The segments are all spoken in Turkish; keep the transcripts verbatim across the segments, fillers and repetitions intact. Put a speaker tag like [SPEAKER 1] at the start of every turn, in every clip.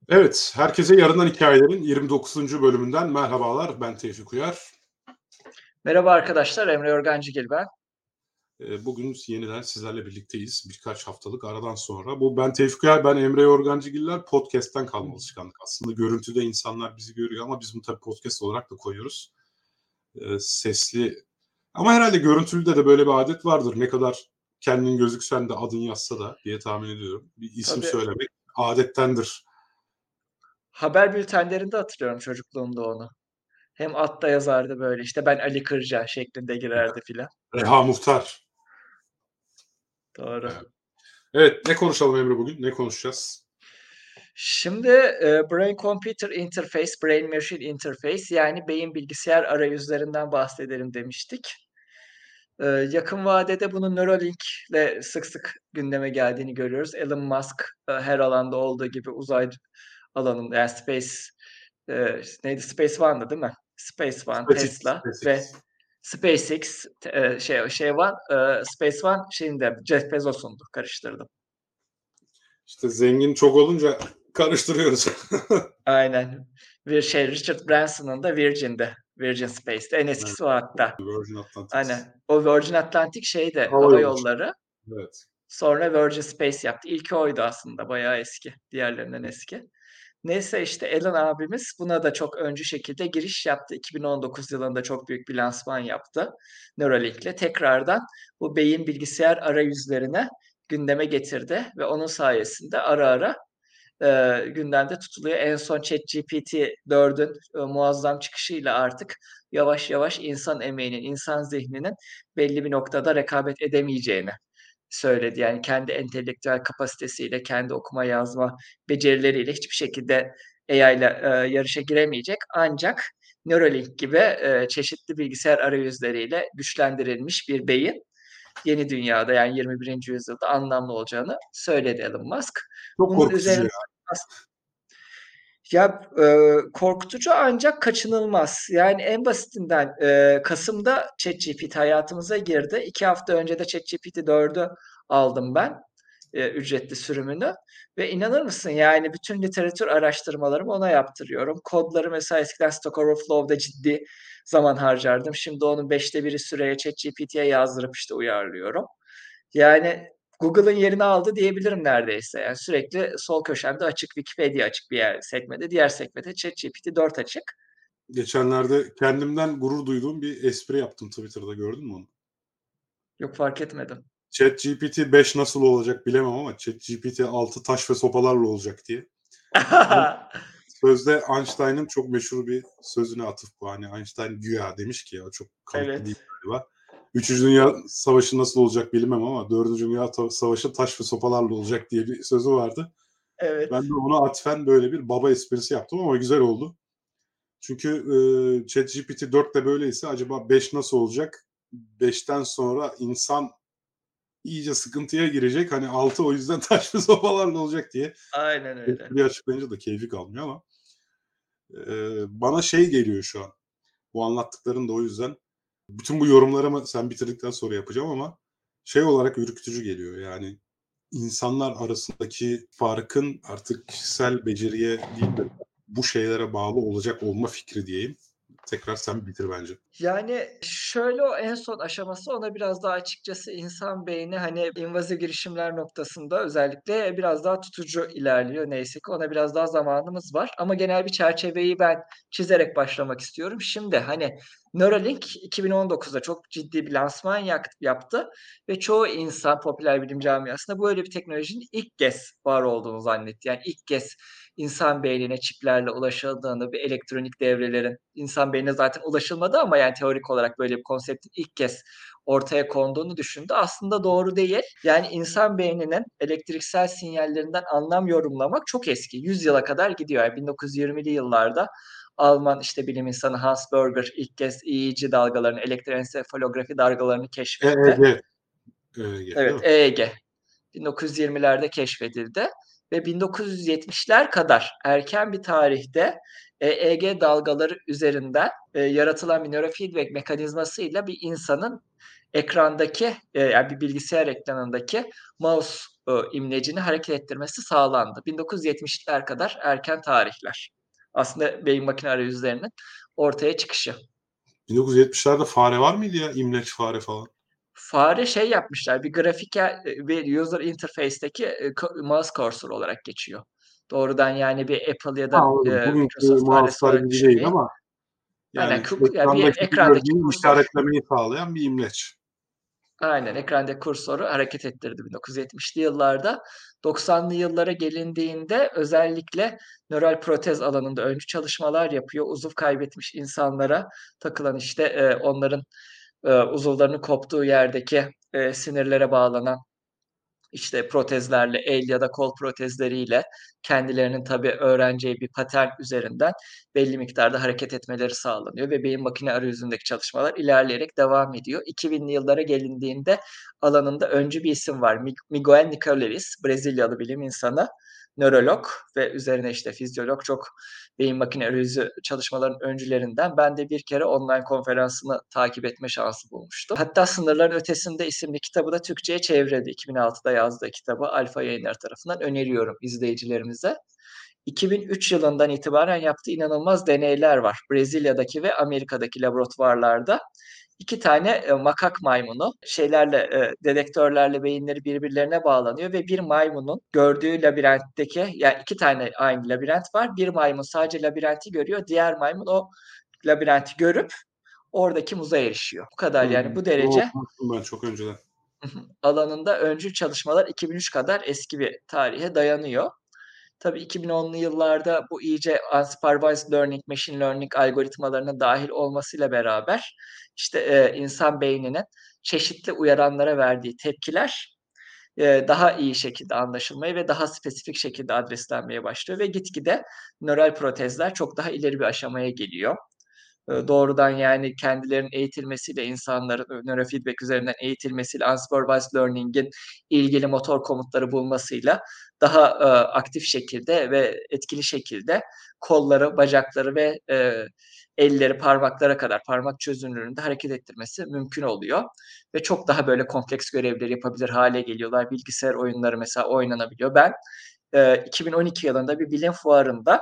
[SPEAKER 1] Evet, herkese Yarından Hikâyelerin yirmi dokuzuncu bölümünden merhabalar. Ben Tevfik Uyar.
[SPEAKER 2] Merhaba arkadaşlar, Emre Yorgancıgil ben.
[SPEAKER 1] Eee, bugün yeniden sizlerle birlikteyiz birkaç haftalık aradan sonra. Bu Ben Tevfik Uyar, ben Emre Yorgancıgiller podcast'ten kalma alışkanlık aslında. Görüntüde insanlar bizi görüyor ama biz bunu tabii podcast olarak da koyuyoruz. Eee, sesli ama herhâlde görüntülüde de böyle bir âdet vardır. Ne kadar kendin gözüksen de adın yazsa da diye tahmin ediyorum. Bir isim
[SPEAKER 2] Tabii.
[SPEAKER 1] söylemek âdettendir.
[SPEAKER 2] Haber bültenlerinde hatırlıyorum çocukluğumda onu. Hem altta yazardı böyle, işte, "Ben Ali Kırca" şeklinde girerdi filan.
[SPEAKER 1] Reha Muhtar.
[SPEAKER 2] Doğru.
[SPEAKER 1] Evet. Evet, ne konuşalım Emre bugün? Ne konuşacağız?
[SPEAKER 2] Şimdi, eee, Brain Computer Interface, Brain Machine Interface yani beyin bilgisayar arayüzlerinden bahsedelim demiştik. Eee, yakın vadede bunun Neuralink'le sık sık gündeme geldiğini görüyoruz. Elon Musk, eee, her alanda olduğu gibi uzay alanında, yani space, eee, neydi? Space One'dı değil mi? Space One,
[SPEAKER 1] SpaceX,
[SPEAKER 2] Tesla ve
[SPEAKER 1] SpaceX.
[SPEAKER 2] SpaceX, t eee, şey şey One, eee, Space One şeyinde, Jeff Bezos'undu, karıştırdım.
[SPEAKER 1] İşte zengin çok olunca karıştırıyoruz.
[SPEAKER 2] Aynen. Bir şey, Richard Branson'ın da Virgin'di. Virgin Space'ti. En
[SPEAKER 1] Evet,
[SPEAKER 2] eskisi o hatta.
[SPEAKER 1] Virgin Atlantic.
[SPEAKER 2] Aynen. O Virgin Atlantic şeydi,
[SPEAKER 1] Hava
[SPEAKER 2] hava
[SPEAKER 1] yolu.
[SPEAKER 2] yolları.
[SPEAKER 1] Evet.
[SPEAKER 2] Sonra Virgin Space yaptı. İlki oydu aslında, bayağı eski. Diğerlerinden eski. Neyse, işte, Elon abimiz buna da çok öncü şekilde giriş yaptı. iki bin on dokuz yılında çok büyük bir lansman yaptı Neuralink'le. Tekrardan bu beyin bilgisayar arayüzlerine gündeme getirdi ve onun sayesinde ara ara, eee, gündemde tutuluyor. En son ChatGPT dördün eee, muazzam çıkışıyla artık yavaş yavaş insan emeğinin, insan zihninin belli bir noktada rekabet edemeyeceğini söyledi. Yani kendi entelektüel kapasitesiyle, kendi okuma yazma becerileriyle hiçbir şekilde A I'la, eee, yarışa giremeyecek. Ancak Neuralink gibi, eee, çeşitli bilgisayar arayüzleriyle güçlendirilmiş bir beyin yeni dünyada, yani yirmi birinci yüzyılda anlamlı olacağını söyledi Elon Musk.
[SPEAKER 1] Çok
[SPEAKER 2] Bunun
[SPEAKER 1] korkutucu
[SPEAKER 2] üzerine
[SPEAKER 1] ya.
[SPEAKER 2] as ya, eee, korkutucu ancak kaçınılmaz. Yani en basitinden, eee, kasımda ChatGPT hayatımıza girdi. iki hafta önce de ChatGPT dördü aldım ben, eee, ücretli sürümünü ve inanır mısın, yani bütün literatür araştırmalarımı ona yaptırıyorum. Kodları mesela eskiden Stack Overflow'da ciddi zaman harcardım. Şimdi onun beşte biri süreye ChatGPT'ye yazdırıp, işte, uyarlıyorum. Yani Google'ın yerini aldı diyebilirim neredeyse. Yani sürekli sol köşemde açık, Wikipedia açık bir yer sekmede, diğer sekmede ChatGPT dört açık.
[SPEAKER 1] Geçenlerde kendimden gurur duyduğum bir espri yaptım Twitter'da, gördün mü onu?
[SPEAKER 2] Yok, fark etmedim.
[SPEAKER 1] ChatGPT beş nasıl olacak bilemem ama ChatGPT altı taş ve sopalarla olacak diye. Bu sözde Einstein'ın çok meşhur bir sözüne atıf bu. Hani Einstein güya demiş ki, ya çok kanıtlı değil
[SPEAKER 2] Evet,
[SPEAKER 1] galiba. Üçüncü Dünya Savaşı nasıl olacak bilmem ama Dördüncü Dünya Ta- Savaşı taş ve sopalarla olacak diye bir sözü vardı.
[SPEAKER 2] evet.
[SPEAKER 1] Ben de ona atfen böyle bir baba esprisi yaptım ama güzel oldu. Çünkü e, ChatGPT dört de böyleyse acaba beş nasıl olacak? Beşten sonra insan iyice sıkıntıya girecek. Hani altı o yüzden taş ve sopalarla olacak diye
[SPEAKER 2] Aynen öyle.
[SPEAKER 1] espriyi açıklayınca da keyfi kalmıyor ama e, bana şey geliyor şu an. Bu anlattıkların da o yüzden bütün bu yorumları ama sen bitirdikten sonra yapacağım ama şey olarak ürkütücü geliyor. Yani insanlar arasındaki farkın artık kişisel beceriye değil de bu şeylere bağlı olacak olma fikri diyeyim. Tekrar sen bitir bence.
[SPEAKER 2] Yani, şöyle, o en son aşaması ona biraz daha açıkçası insan beyni, hani, invazif girişimler noktasında özellikle biraz daha tutucu ilerliyor neyse ki. Ona biraz daha zamanımız var ama genel bir çerçeveyi ben çizerek başlamak istiyorum. Şimdi, hani, Neuralink iki bin on dokuzda çok ciddi bir lansman yak yaptı ve çoğu insan popüler bilim camiasında böyle bir teknolojinin ilk kez var olduğunu zannetti. Yani ilk kez insan beynine çiplerle ulaşıldığını, bir elektronik devrelerin insan beynine zaten ulaşılmadı ama yani teorik olarak böyle bir konseptin ilk kez ortaya konduğunu düşündü. Aslında doğru değil. Yani insan beyninin elektriksel sinyallerinden anlam yorumlamak çok eski. yüz yıla kadar gidiyor. Yani bin dokuz yüz yirmili yıllarda Alman, işte, bilim insanı Hans Berger ilk kez E E G dalgalarını, elektroensefalografi dalgalarını keşfetti.
[SPEAKER 1] E E G, E E G değil
[SPEAKER 2] Evet,
[SPEAKER 1] mi?
[SPEAKER 2] E E G. bin dokuz yüz yirmilerde keşfedildi ve bin dokuz yüz yetmişler kadar erken bir tarihte E E G dalgaları üzerinden, eee, yaratılan bir nörofeedback mekanizmasıyla bir insanın ekrandaki, eee, yani bir bilgisayar ekranındaki mouse ııı, imlecini hareket ettirmesi sağlandı. bin dokuz yüz yetmişler kadar erken tarihler. Aslında beyin makine arayüzlerinin ortaya çıkışı.
[SPEAKER 1] bin dokuz yüz yetmişlerde fare var mıydı ya? İmleç fare falan.
[SPEAKER 2] Fare şey yapmışlar, bir grafiker, eee, bir user interface'teki, eee, ko mouse cursor olarak geçiyor. Doğrudan yani bir Apple ya
[SPEAKER 1] Ha,
[SPEAKER 2] da,
[SPEAKER 1] anladım.
[SPEAKER 2] eee,
[SPEAKER 1] Bugünkü
[SPEAKER 2] Microsoft faresi
[SPEAKER 1] mouse'lar
[SPEAKER 2] olarak
[SPEAKER 1] gibi değil
[SPEAKER 2] düşünmeyin.
[SPEAKER 1] ama
[SPEAKER 2] Aynen,
[SPEAKER 1] yani
[SPEAKER 2] kuk ya bir
[SPEAKER 1] ekrandaki
[SPEAKER 2] ekrandaki
[SPEAKER 1] gördüğün
[SPEAKER 2] kursor.
[SPEAKER 1] işaretlemeyi sağlayan bir imleç.
[SPEAKER 2] Aynen, ekrandaki kursoru hareket ettirdi bin dokuz yüz yetmişli yıllarda. doksanlı yıllara gelindiğinde özellikle nöral protez alanında öncü çalışmalar yapıyor. Uzuv kaybetmiş insanlara takılan, işte, eee, onların, eee, uzuvlarının koptuğu yerdeki, eee, sinirlere bağlanan, işte, protezlerle, el ya da kol protezleriyle kendilerinin tabii öğreneceği bir patern üzerinden belli miktarda hareket etmeleri sağlanıyor ve beyin makine arayüzündeki çalışmalar ilerleyerek devam ediyor. iki binli yıllara gelindiğinde alanında öncü bir isim var. Mi Miguel Nicolelis, Brezilyalı bilim insanı, nörolog ve üzerine, işte, fizyolog. Çok beyin makine arayüzü çalışmaların öncülerinden. Ben de bir kere online konferansını takip etme şansı bulmuştum. Hatta Sınırların Ötesinde isimli kitabı da Türkçe'ye çevrildi. iki bin altıda yazdığı kitabı Alfa Yayınları tarafından öneriyorum izleyicilerimize. iki bin üç yılından itibaren yaptığı inanılmaz deneyler var. Brezilya'daki ve Amerika'daki laboratuvarlarda iki tane, eee, makak maymunu şeylerle, eee, dedektörlerle beyinleri birbirlerine bağlanıyor ve bir maymunun gördüğü labirentteki, yani iki tane aynı labirent var. Bir maymun sadece labirenti görüyor, diğer maymun o labirenti görüp oradaki muza erişiyor. Bu kadar, yani
[SPEAKER 1] Hımm.
[SPEAKER 2] bu
[SPEAKER 1] Bunu
[SPEAKER 2] derece
[SPEAKER 1] okumuştum ben çok önceden.
[SPEAKER 2] Hı hı. Alanında öncül çalışmalar iki bin üç kadar eski bir tarihe dayanıyor. Tabii iki bin onlu yıllarda bu iyice unsupervised learning, machine learning algoritmalarının dâhil olmasıyla beraber, işte, eee, insan beyninin çeşitli uyaranlara verdiği tepkiler, eee, daha iyi şekilde anlaşılmaya ve daha spesifik şekilde adreslenmeye başlıyor ve gitgide nöral protezler çok daha ileri bir aşamaya geliyor. Eee, doğrudan, yani, kendilerinin eğitilmesiyle, insanların nörofeedback üzerinden eğitilmesiyle, unsupervised learning'in ilgili motor komutları bulmasıyla daha, eee, aktif şekilde ve etkili şekilde kolları, bacakları ve, eee, elleri parmaklara kadar, parmak çözünürlüğünde hareket ettirmesi mümkün oluyor ve çok daha böyle kompleks görevleri yapabilir hâle geliyorlar. Bilgisayar oyunları mesela oynanabiliyor. Ben, eee, iki bin on iki yılında bir bilim fuarında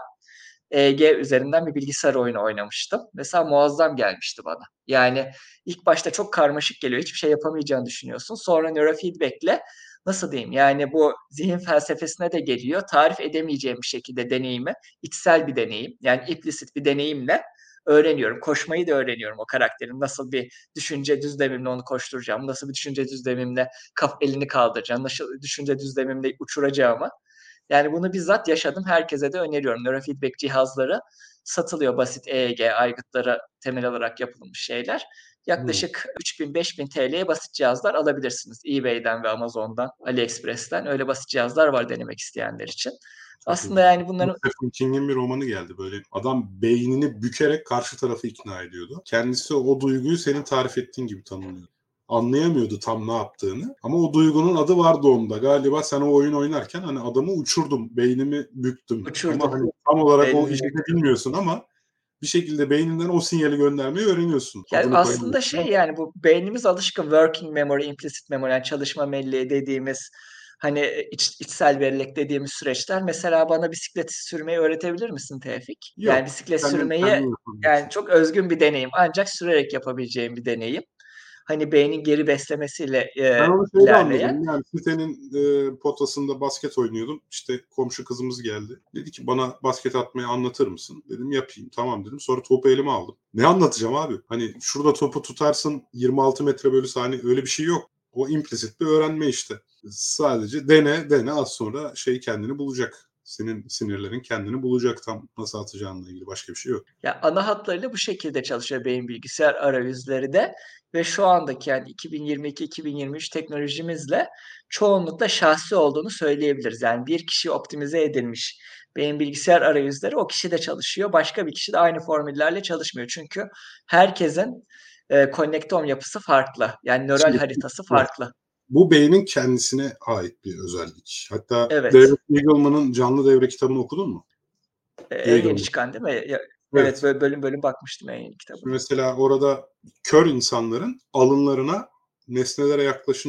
[SPEAKER 2] E E G üzerinden bir bilgisayar oyunu oynamıştım. Mesela muazzam gelmişti bana. Yani ilk başta çok karmaşık geliyor, hiçbir şey yapamayacağını düşünüyorsun. Sonra nörofeedback'le nasıl diyeyim, yani bu zihin felsefesine de geliyor. Tarif edemeyeceğim bir şekilde deneyimi, içsel bir deneyim, yani implicit bir deneyimle öğreniyorum. Koşmayı da öğreniyorum o karakterin. Nasıl bir düşünce düzlemimle onu koşturacağımı, nasıl bir düşünce düzlemimle kaf elini kaldıracağım, nasıl düşünce düzlemimle uçuracağımı. Yani bunu bizzat yaşadım. Herkese de öneriyorum. Nörofeedback cihazları satılıyor. Basit E E G aygıtlara temel alarak yapılmış şeyler.
[SPEAKER 1] Hımm.
[SPEAKER 2] Yaklaşık üç bin beş bin T L'ye basit cihazlar alabilirsiniz. eBay'den ve Amazon'dan, AliExpress'ten öyle basit cihazlar var denemek isteyenler için.
[SPEAKER 1] Çok
[SPEAKER 2] Aslında
[SPEAKER 1] ilginç.
[SPEAKER 2] yani
[SPEAKER 1] Aklıma
[SPEAKER 2] bunların
[SPEAKER 1] Stephen King'in bir romanı geldi. Böyle adam beynini bükerek karşı tarafı ikna ediyordu. Kendisi o duyguyu senin tarif ettiğin gibi tanımlıyordu. Anlayamıyordu tam ne yaptığını ama o duygunun adı vardı onda. Galiba sen o oyun oynarken hani adamı uçurdum, beynimi büktüm ama
[SPEAKER 2] uçurdum.
[SPEAKER 1] hani tam olarak o
[SPEAKER 2] Beynini
[SPEAKER 1] işi
[SPEAKER 2] büktüm.
[SPEAKER 1] bilmiyorsun ama bir şekilde beyninden o sinyali göndermeyi öğreniyorsun.
[SPEAKER 2] Ya,
[SPEAKER 1] Adını
[SPEAKER 2] aslında
[SPEAKER 1] koyamıyorsun
[SPEAKER 2] şey,
[SPEAKER 1] ama.
[SPEAKER 2] yani, bu beynimiz alışkın working memory, implicit memory, yani, çalışma belleği dediğimiz, hani, eee, iç içsel bellek dediğimiz süreçler. Mesela bana bisiklet sürmeyi öğretebilir misin Tevfik? Yani,
[SPEAKER 1] Yok.
[SPEAKER 2] bisiklet
[SPEAKER 1] Kendin
[SPEAKER 2] sürmeyi,
[SPEAKER 1] kendin
[SPEAKER 2] yani,
[SPEAKER 1] yapabilirsin.
[SPEAKER 2] çok özgün bir deneyim. Ancak sürerek yapabileceğim bir deneyim. Hani, beynin geri beslemesiyle,
[SPEAKER 1] Ben
[SPEAKER 2] eee,
[SPEAKER 1] onu şeyde
[SPEAKER 2] ilerleyen.
[SPEAKER 1] anladım. Yani sitenin, eee, potasında basket oynuyordum. İşte komşu kızımız geldi. Dedi ki, "Bana basket atmayı anlatır mısın?" Dedim, "Yapayım." "Tamam." dedim. Sonra topu elime aldım. Ne anlatacağım abi? Hani şurada topu tutarsın yirmi altı metre bölü saniye öyle bir şey yok. O implicit bir öğrenme işte. Sadece dene, dene az sonra şey kendini bulacak. Senin sinirlerin kendini bulacak tam nasıl atacağınla ilgili başka bir şey yok.
[SPEAKER 2] Ya, ana hatlarıyla bu şekilde çalışıyor beyin bilgisayar arayüzleri de ve şu andaki, yani, iki bin yirmi iki iki bin yirmi üç teknolojimizle çoğunlukla şahsi olduğunu söyleyebiliriz. Yani, bir kişiye optimize edilmiş beyin bilgisayar arayüzleri o kişide çalışıyor. Başka bir kişi de aynı formüllerle çalışmıyor. Çünkü herkesin, eee, konnektom yapısı farklı. Yani, nöral
[SPEAKER 1] Şimdi
[SPEAKER 2] haritası
[SPEAKER 1] evet.
[SPEAKER 2] farklı.
[SPEAKER 1] Bu beynin kendisine ait bir özellik. Hatta David
[SPEAKER 2] Evet.
[SPEAKER 1] Eagleman'ın Canlı Devre kitabını okudun mu?
[SPEAKER 2] Eee, en yeni
[SPEAKER 1] Eagleman.
[SPEAKER 2] çıkan değil mi? Ya evet,
[SPEAKER 1] Evet.
[SPEAKER 2] böyle bölüm bölüm bakmıştım en yeni
[SPEAKER 1] Şimdi
[SPEAKER 2] kitabına.
[SPEAKER 1] mesela orada kör insanların alınlarına nesnelere yaklaşınca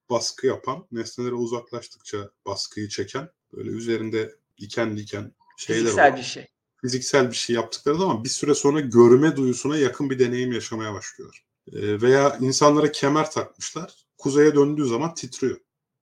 [SPEAKER 1] baskı yapan, nesnelere uzaklaştıkça baskıyı çeken, böyle üzerinde diken diken şeyler
[SPEAKER 2] Fiziksel
[SPEAKER 1] olan,
[SPEAKER 2] bir şey.
[SPEAKER 1] fiziksel bir şey yaptıkları zaman bir süre sonra görme duyusuna yakın bir deneyim yaşamaya başlıyorlar. Eee, veya insanlara kemer takmışlar. Kuzeye döndüğü zaman titriyor.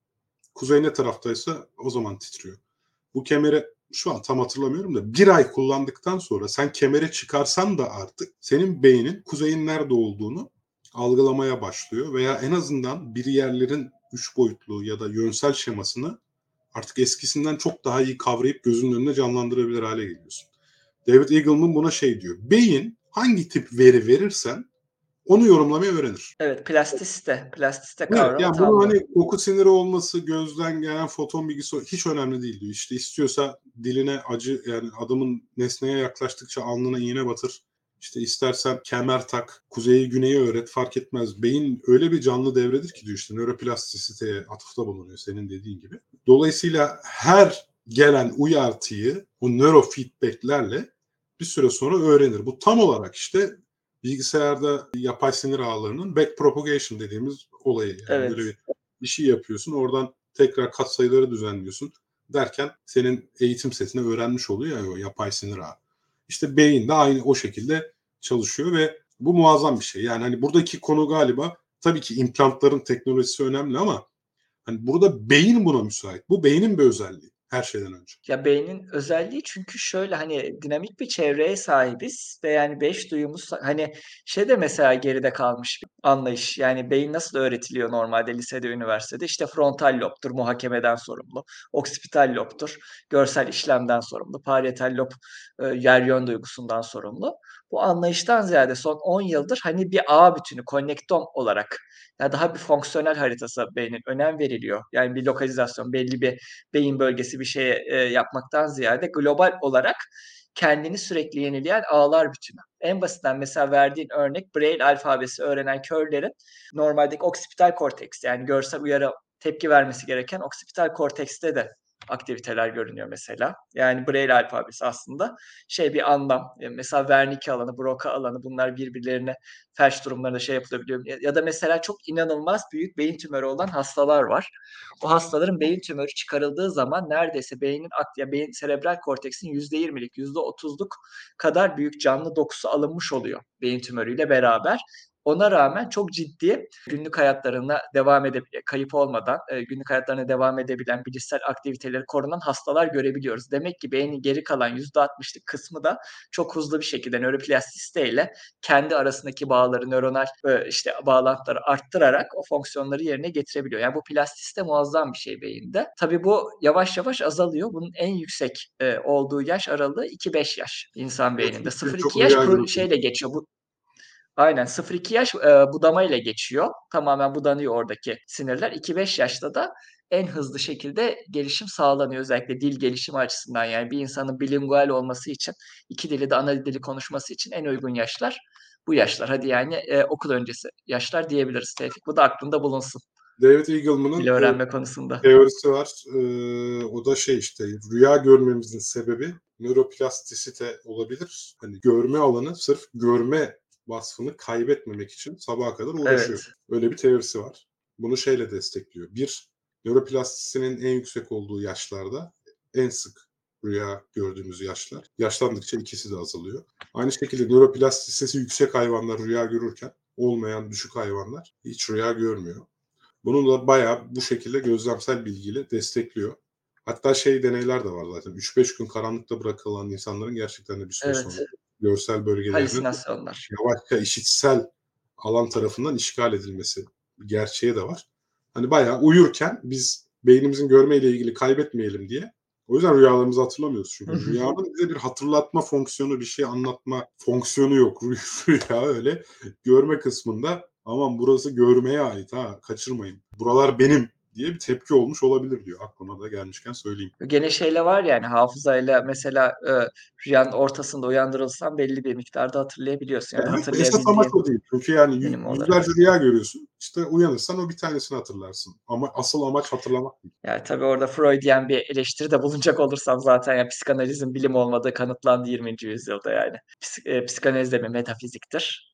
[SPEAKER 1] Kuzey ne taraftaysa o zaman titriyor. Bu kemeri şu an tam hatırlamıyorum da bir ay kullandıktan sonra sen kemeri çıkarsan da artık senin beynin kuzeyin nerede olduğunu algılamaya başlıyor veya en azından bir yerlerin üç boyutlu ya da yönsel şemasını artık eskisinden çok daha iyi kavrayıp gözünün önüne canlandırabilir hale geliyorsun. David Eagleman buna şey diyor. Beyin hangi tip veri verirsen onu yorumlamayı öğrenir.
[SPEAKER 2] Evet, plastisite. Plastisite
[SPEAKER 1] Evet,
[SPEAKER 2] kavramı
[SPEAKER 1] yani bunun
[SPEAKER 2] tam bu.
[SPEAKER 1] hani koku siniri olması, gözden gelen foton bilgisi hiç önemli değil diyor. İşte istiyorsa diline acı yani adamın nesneye yaklaştıkça alnına iğne batır. İşte istersen kemer tak, kuzeyi güneyi öğret fark etmez. Beyin öyle bir canlı devredir ki diyor işte nöroplastisiteye atıfta bulunuyor senin dediğin gibi. Dolayısıyla her gelen uyartıyı o nörofeedback'lerle bir süre sonra öğrenir. Bu tam olarak işte bilgisayarda yapay sinir ağlarının backpropagation dediğimiz olayı. Yani böyle
[SPEAKER 2] Evet.
[SPEAKER 1] bir, bir şey yapıyorsun oradan tekrar katsayıları düzenliyorsun derken senin eğitim setine öğrenmiş oluyor ya o yapay sinir ağı. İşte beyin de aynı o şekilde çalışıyor ve bu muazzam bir şey. Yani hani buradaki konu galiba tabii ki implantların teknolojisi önemli ama hani burada beyin buna müsait. Bu beynin bir özelliği her şeyden önce.
[SPEAKER 2] Ya, beynin özelliği çünkü şöyle, hani, dinamik bir çevreye sahibiz ve, yani, beş duyumuz hani, şey de mesela geride kalmış bir anlayış. Yani, beyin nasıl öğretiliyor normalde lisede, üniversitede? İşte, frontal lobtur, muhakemeden sorumlu. Oksipital lobtur, görsel işlemden sorumlu. Parietal lob, eee, yer yön duygusundan sorumlu. Bu anlayıştan ziyade son on yıldır, hani, bir ağ bütünü, konnektom olarak, ya, daha bir fonksiyonel haritası beynin önem veriliyor. Yani, bir lokalizasyon, belli bir beyin bölgesi bir şeye, eee, yapmaktan ziyade global olarak kendini sürekli yenileyen ağlar bütünü. En basitinden mesela verdiğin örnek Braille alfabesi öğrenen körlerin normaldeki oksipital korteks yani görsel uyarı tepki vermesi gereken oksipital kortekste de aktiviteler görünüyor mesela. Yani Braille alfabesi aslında şey bir anlam. Eee, mesela Wernicke alanı, Broca alanı bunlar birbirlerine felç durumlarında şey yapılabiliyor. Ya ya da mesela çok inanılmaz büyük beyin tümörü olan hastalar var. O hastaların beyin tümörü çıkarıldığı zaman neredeyse beynin akt ya beyin serebral korteksin yüzde yirmilik, yüzde otuzluk kadar büyük canlı dokusu alınmış oluyor beyin tümörüyle beraber. Ona rağmen çok ciddi günlük hayatlarına devam edebilen, kayıp olmadan, eee, günlük hayatlarına devam edebilen, bilişsel aktiviteleri korunan hastalar görebiliyoruz. Demek ki beynin geri kalan yüzde altmışlık kısmı da çok hızlı bir şekilde nöroplastisiteyle kendi arasındaki bağları, nöronal, eee, işte, bağlantıları arttırarak o fonksiyonları yerine getirebiliyor. Yani bu plastisite muazzam bir şey beyinde. Tabii bu yavaş yavaş azalıyor. Bunun en yüksek, eee, olduğu yaş aralığı iki beş yaş insan
[SPEAKER 1] O
[SPEAKER 2] beyninde.
[SPEAKER 1] çünkü
[SPEAKER 2] sıfır iki
[SPEAKER 1] çok
[SPEAKER 2] yaş
[SPEAKER 1] rüya
[SPEAKER 2] pro
[SPEAKER 1] görüntüleri.
[SPEAKER 2] şeyle geçiyor, bu aynen sıfır iki yaş, eee, budamayla geçiyor. Tamamen budanıyor oradaki sinirler. iki beş yaşta da en hızlı şekilde gelişim sağlanıyor. Özellikle dil gelişimi açısından yani bir insanın bilingual olması için, iki dili de ana dili konuşması için en uygun yaşlar bu yaşlar. Hadi yani, eee, okul öncesi yaşlar diyebiliriz Tevfik. Bu da aklında bulunsun
[SPEAKER 1] David Eagleman'ın
[SPEAKER 2] dil
[SPEAKER 1] e,
[SPEAKER 2] öğrenme konusunda.
[SPEAKER 1] teorisi var. Ee, o da şey işte rüya görmemizin sebebi nöroplastisite olabilir. Hani görme alanı sırf görme vasfını kaybetmemek için sabaha kadar uğraşıyor.
[SPEAKER 2] Evet,
[SPEAKER 1] Öyle bir teorisi var. Bunu şeyle destekliyor. Bir, nöroplastisitenin en yüksek olduğu yaşlarda en sık rüya gördüğümüz yaşlar. Yaşlandıkça ikisi de azalıyor. Aynı şekilde nöroplastisitesi yüksek hayvanlar rüya görürken olmayan düşük hayvanlar hiç rüya görmüyor. Bunu da bayağı bu şekilde gözlemsel bilgiyle destekliyor. Hatta şey deneyler de var zaten. üç beş gün karanlıkta bırakılan insanların gerçekten de bir süre sonra
[SPEAKER 2] evet.
[SPEAKER 1] görsel bölgelerinin
[SPEAKER 2] Halüsinasyonlar.
[SPEAKER 1] yavaşça işitsel alan tarafından işgal edilmesi gerçeği de var. Hani bayağı uyurken biz beynimizin görmeyle ilgili kaybetmeyelim diye o yüzden rüyalarımızı hatırlamıyoruz. Çünkü rüyanın bize bir hatırlatma fonksiyonu, bir şey anlatma fonksiyonu yok. Rüya öyle görme kısmında aman burası görmeye ait ha kaçırmayın. Buralar benim diye bir tepki olmuş olabilir diyor. Aklıma da gelmişken söyleyeyim.
[SPEAKER 2] Gene şeyle var yani hafızayla mesela, eee, rüyanın ortasında uyandırılsan belli bir miktarda hatırlayabiliyorsun ya da
[SPEAKER 1] Evet, esas amaç
[SPEAKER 2] hatırlayabildiğin
[SPEAKER 1] o değil. Çünkü yani yü
[SPEAKER 2] minimum olarak.
[SPEAKER 1] yüzlerce rüya görüyorsun. İşte uyanırsan o bir tanesini hatırlarsın. Ama asıl amaç hatırlamak değil.
[SPEAKER 2] Yani, tabii orada Freudian bir eleştiride bulunacak olursam zaten ya psikanalizin bilim olmadığı kanıtlandı yirminci yüzyılda yani. Psik eee, psikanaliz de bir metafiziktir.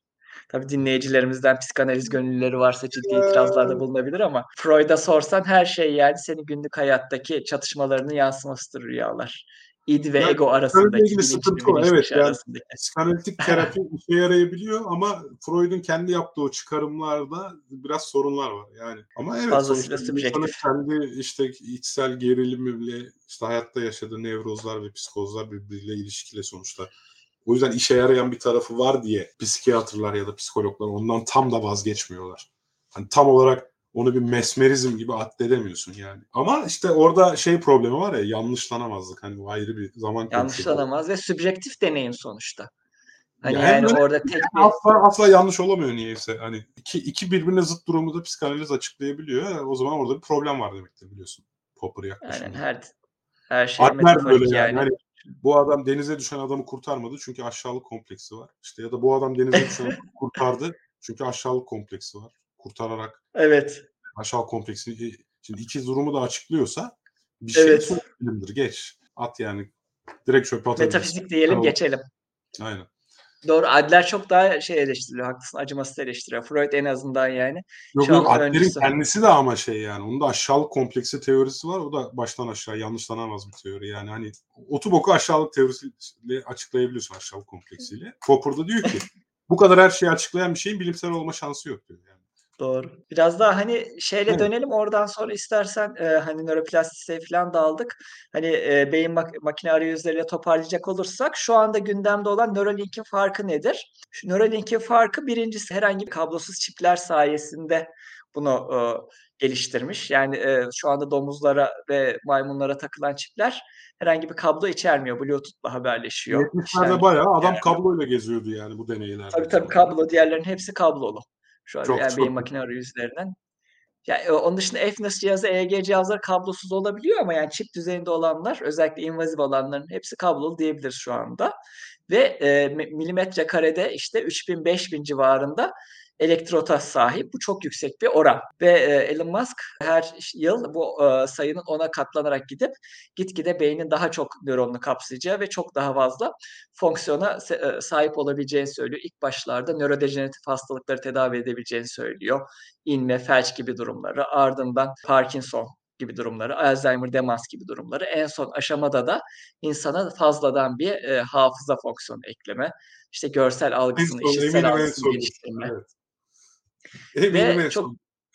[SPEAKER 2] Tabii dinleyicilerimizden psikanaliz gönüllüleri varsa ciddi itirazlarda bulunabilir ama Freud'a sorsan her şey, yani, senin günlük hayattaki çatışmalarının yansımasıdır rüyalar. İd ve
[SPEAKER 1] Ya,
[SPEAKER 2] ego
[SPEAKER 1] psikanalizle
[SPEAKER 2] arasındaki,
[SPEAKER 1] ilgili
[SPEAKER 2] bilinçli ve
[SPEAKER 1] sıkıntı o.
[SPEAKER 2] bilinç
[SPEAKER 1] Evet,
[SPEAKER 2] dışı
[SPEAKER 1] yani
[SPEAKER 2] arasındaki.
[SPEAKER 1] psikanalitik terapi işe yarayabiliyor ama Freud'un kendi yaptığı o çıkarımlarda biraz sorunlar var yani. Ama evet,
[SPEAKER 2] Fazlasıyla
[SPEAKER 1] sonuçta insanın
[SPEAKER 2] subjektif.
[SPEAKER 1] kendi, işte, içsel gerilimiyle, işte, hayatta yaşadığı nevrozlar ve psikozlar birbiriyle ilişkili sonuçta. O yüzden işe yarayan bir tarafı var diye psikiyatrlar ya da psikologlar ondan tam da vazgeçmiyorlar. Hani tam olarak onu bir mesmerizm gibi addedemiyorsun yani. Ama işte orada şey problemi var ya, yanlışlanamazlık. Hani o ayrı bir zaman konuşuruz.
[SPEAKER 2] Yanlışlanamaz ve subjektif deneyim sonuçta.
[SPEAKER 1] Ya
[SPEAKER 2] Hani,
[SPEAKER 1] hem
[SPEAKER 2] yani,
[SPEAKER 1] öyle
[SPEAKER 2] orada
[SPEAKER 1] hem de
[SPEAKER 2] tek bir
[SPEAKER 1] asla asla yanlış olamıyor niyeyse. Hani iki iki birbirine zıt durumu da psikanaliz açıklayabiliyor. E, o zaman orada bir problem var demektir biliyorsun Popper
[SPEAKER 2] aynen
[SPEAKER 1] yaklaşımında.
[SPEAKER 2] her her şey
[SPEAKER 1] Adler de öyle
[SPEAKER 2] metaforik
[SPEAKER 1] yani.
[SPEAKER 2] yani.
[SPEAKER 1] Hani bu adam denize düşen adamı kurtarmadı çünkü aşağılık kompleksi var. İşte ya da bu adam denize düşen adamı kurtardı çünkü aşağılık kompleksi var. Kurtararak
[SPEAKER 2] Evet,
[SPEAKER 1] aşağılık kompleksi i şimdi iki durumu da açıklıyorsa bir şey
[SPEAKER 2] evet.
[SPEAKER 1] söyleyebilir. Geç. At yani. Direkt çöpe atabilirsin.
[SPEAKER 2] Metafizik diyelim, geçelim.
[SPEAKER 1] Aynen.
[SPEAKER 2] Doğru, Adler çok daha şey eleştiriliyor, haklısın, acımasız eleştiriyor. Freud en azından yani
[SPEAKER 1] Yok, yok,
[SPEAKER 2] çağının
[SPEAKER 1] Adler'in
[SPEAKER 2] öncüsü.
[SPEAKER 1] kendisi de ama şey yani, onun da aşağılık kompleksi teorisi var. O da baştan aşağı yanlışlanamaz bir teori. Yani, hani, otu boku aşağılık teorisiyle açıklayabiliyorsun, aşağılık kompleksiyle. Popper da diyor ki, bu kadar her şeyi açıklayan bir şeyin bilimsel olma şansı yok diyor yani.
[SPEAKER 2] Doğru. Biraz daha, hani, şeyle
[SPEAKER 1] Evet.
[SPEAKER 2] dönelim, oradan sonra istersen, eee, hani, nöroplastisiteye falan daldık. Hani, eee, beyin mak makine arayüzleriyle toparlayacak olursak şu anda gündemde olan Neuralink'in farkı nedir? Şu Neuralink'in farkı birincisi herhangi bir kablosuz çipler sayesinde bunu, ııı, geliştirmiş. Yani, eee, şu anda domuzlara ve maymunlara takılan çipler herhangi bir kablo içermiyor. Bluetooth'la haberleşiyor,
[SPEAKER 1] yetmişlerde
[SPEAKER 2] işlemci
[SPEAKER 1] bayağı adam
[SPEAKER 2] içermiyor.
[SPEAKER 1] kabloyla geziyordu yani bu deneylerde
[SPEAKER 2] Tabii, tabii,
[SPEAKER 1] mesela.
[SPEAKER 2] kablo. Diğerlerinin hepsi kablolu. Şu an
[SPEAKER 1] Çok,
[SPEAKER 2] yani beyin
[SPEAKER 1] çok
[SPEAKER 2] makine arayüzlerinin. Ya, eee, onun dışında F N A S cihazı, E E G cihazları kablosuz olabiliyor ama yani çip düzeyinde olanlar, özellikle invazif olanların hepsi kablolu diyebiliriz şu anda ve, eee, mi milimetre karede, işte, üç bin beş bin civarında elektrota sahip. Bu çok yüksek bir oran ve, eee, Elon Musk her ş yıl bu, eee, sayının ona katlanarak gidip gitgide beynin daha çok nöronunu kapsayacağı ve çok daha fazla fonksiyona se eee, sahip olabileceğini söylüyor. İlk başlarda nörodejeneratif hastalıkları tedavi edebileceğini söylüyor. İnme, felç gibi durumları, ardından Parkinson gibi durumları, Alzheimer, demans gibi durumları. En son aşamada da insana fazladan bir, eee, hafıza fonksiyonu ekleme, işte görsel
[SPEAKER 1] en
[SPEAKER 2] algısını,
[SPEAKER 1] son
[SPEAKER 2] işitsel
[SPEAKER 1] eminim en
[SPEAKER 2] algısını
[SPEAKER 1] sondur.
[SPEAKER 2] geliştirme
[SPEAKER 1] Evet. Eminim
[SPEAKER 2] ve
[SPEAKER 1] en
[SPEAKER 2] çok
[SPEAKER 1] son.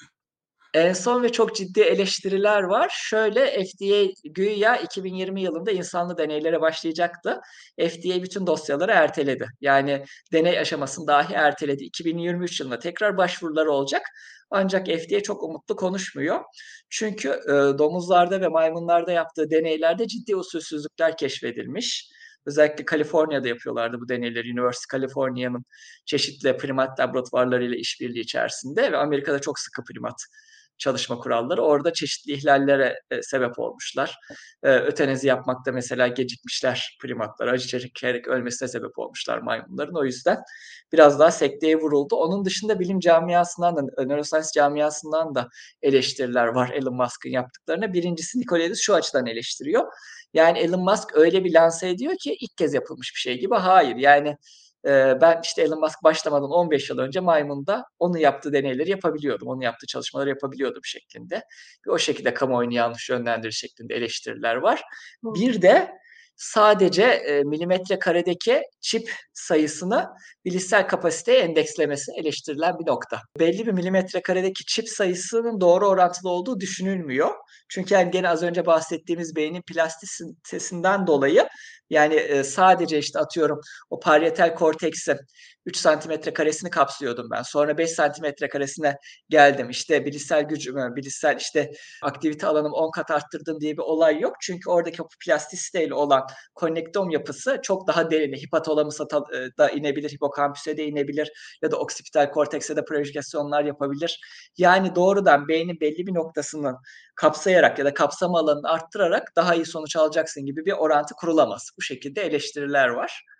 [SPEAKER 2] en son ve çok ciddi eleştiriler var. Şöyle, F D A güya iki bin yirmi yılında insanlı deneylere başlayacaktı. F D A bütün dosyaları erteledi. Yani deney aşamasını dahi erteledi. iki bin yirmi üç yılında tekrar başvuruları olacak. Ancak F D A çok umutlu konuşmuyor. Çünkü, eee, domuzlarda ve maymunlarda yaptığı deneylerde ciddi usulsüzlükler keşfedilmiş. Özellikle Kaliforniya'da yapıyorlardı bu deneyleri. University California'nın çeşitli primat laboratuvarlarıyla işbirliği içerisinde ve Amerika'da çok sıkı primat çalışma kuralları. Orada çeşitli ihlallere, eee, sebep olmuşlar. Eee, ötenazi yapmakta mesela gecikmişler primatlar. Acı çekerek ölmesine sebep olmuşlar maymunların. O yüzden biraz daha sekteye vuruldu. Onun dışında bilim camiasından da, eee, neuroscience camiasından da eleştiriler var Elon Musk'ın yaptıklarına. Birincisi Nikolaides şu açıdan eleştiriyor. Yani Elon Musk öyle bir lanse ediyor ki ilk kez yapılmış bir şey gibi. Hayır, yani Eee, ben, işte, Elon Musk başlamadan on beş yıl önce maymunda onun yaptığı deneyleri yapabiliyordum, onun yaptığı çalışmaları yapabiliyordum şeklinde ve o şekilde kamuoyunu yanlış yönlendirir şeklinde eleştiriler var. Bir de sadece, eee, milimetre karedeki çip sayısını bilişsel kapasiteye endekslemesi eleştirilen bir nokta. Belli bir milimetre karedeki çip sayısının doğru orantılı olduğu düşünülmüyor. Çünkü, hani, gene az önce bahsettiğimiz beynin plastisitesinden dolayı, yani, eee, sadece, işte, atıyorum o parietal korteksin üç santimetre karesini kapsıyordum ben. Sonra beş santimetre karesine geldim. İşte bilişsel gücümü, bilişsel işte aktivite alanımı on kat arttırdım diye bir olay yok. Çünkü oradaki o plastisiteyle olan konnektom yapısı çok daha derine. Hipotalamusa ta- e, da inebilir, hipokampüse de inebilir ya da oksipital kortekse de projeksiyonlar yapabilir. Yani doğrudan beynin belli bir noktasını kapsayarak ya da kapsama alanını arttırarak daha iyi sonuç alacaksın gibi bir orantı kurulamaz. Bu şekilde eleştiriler var.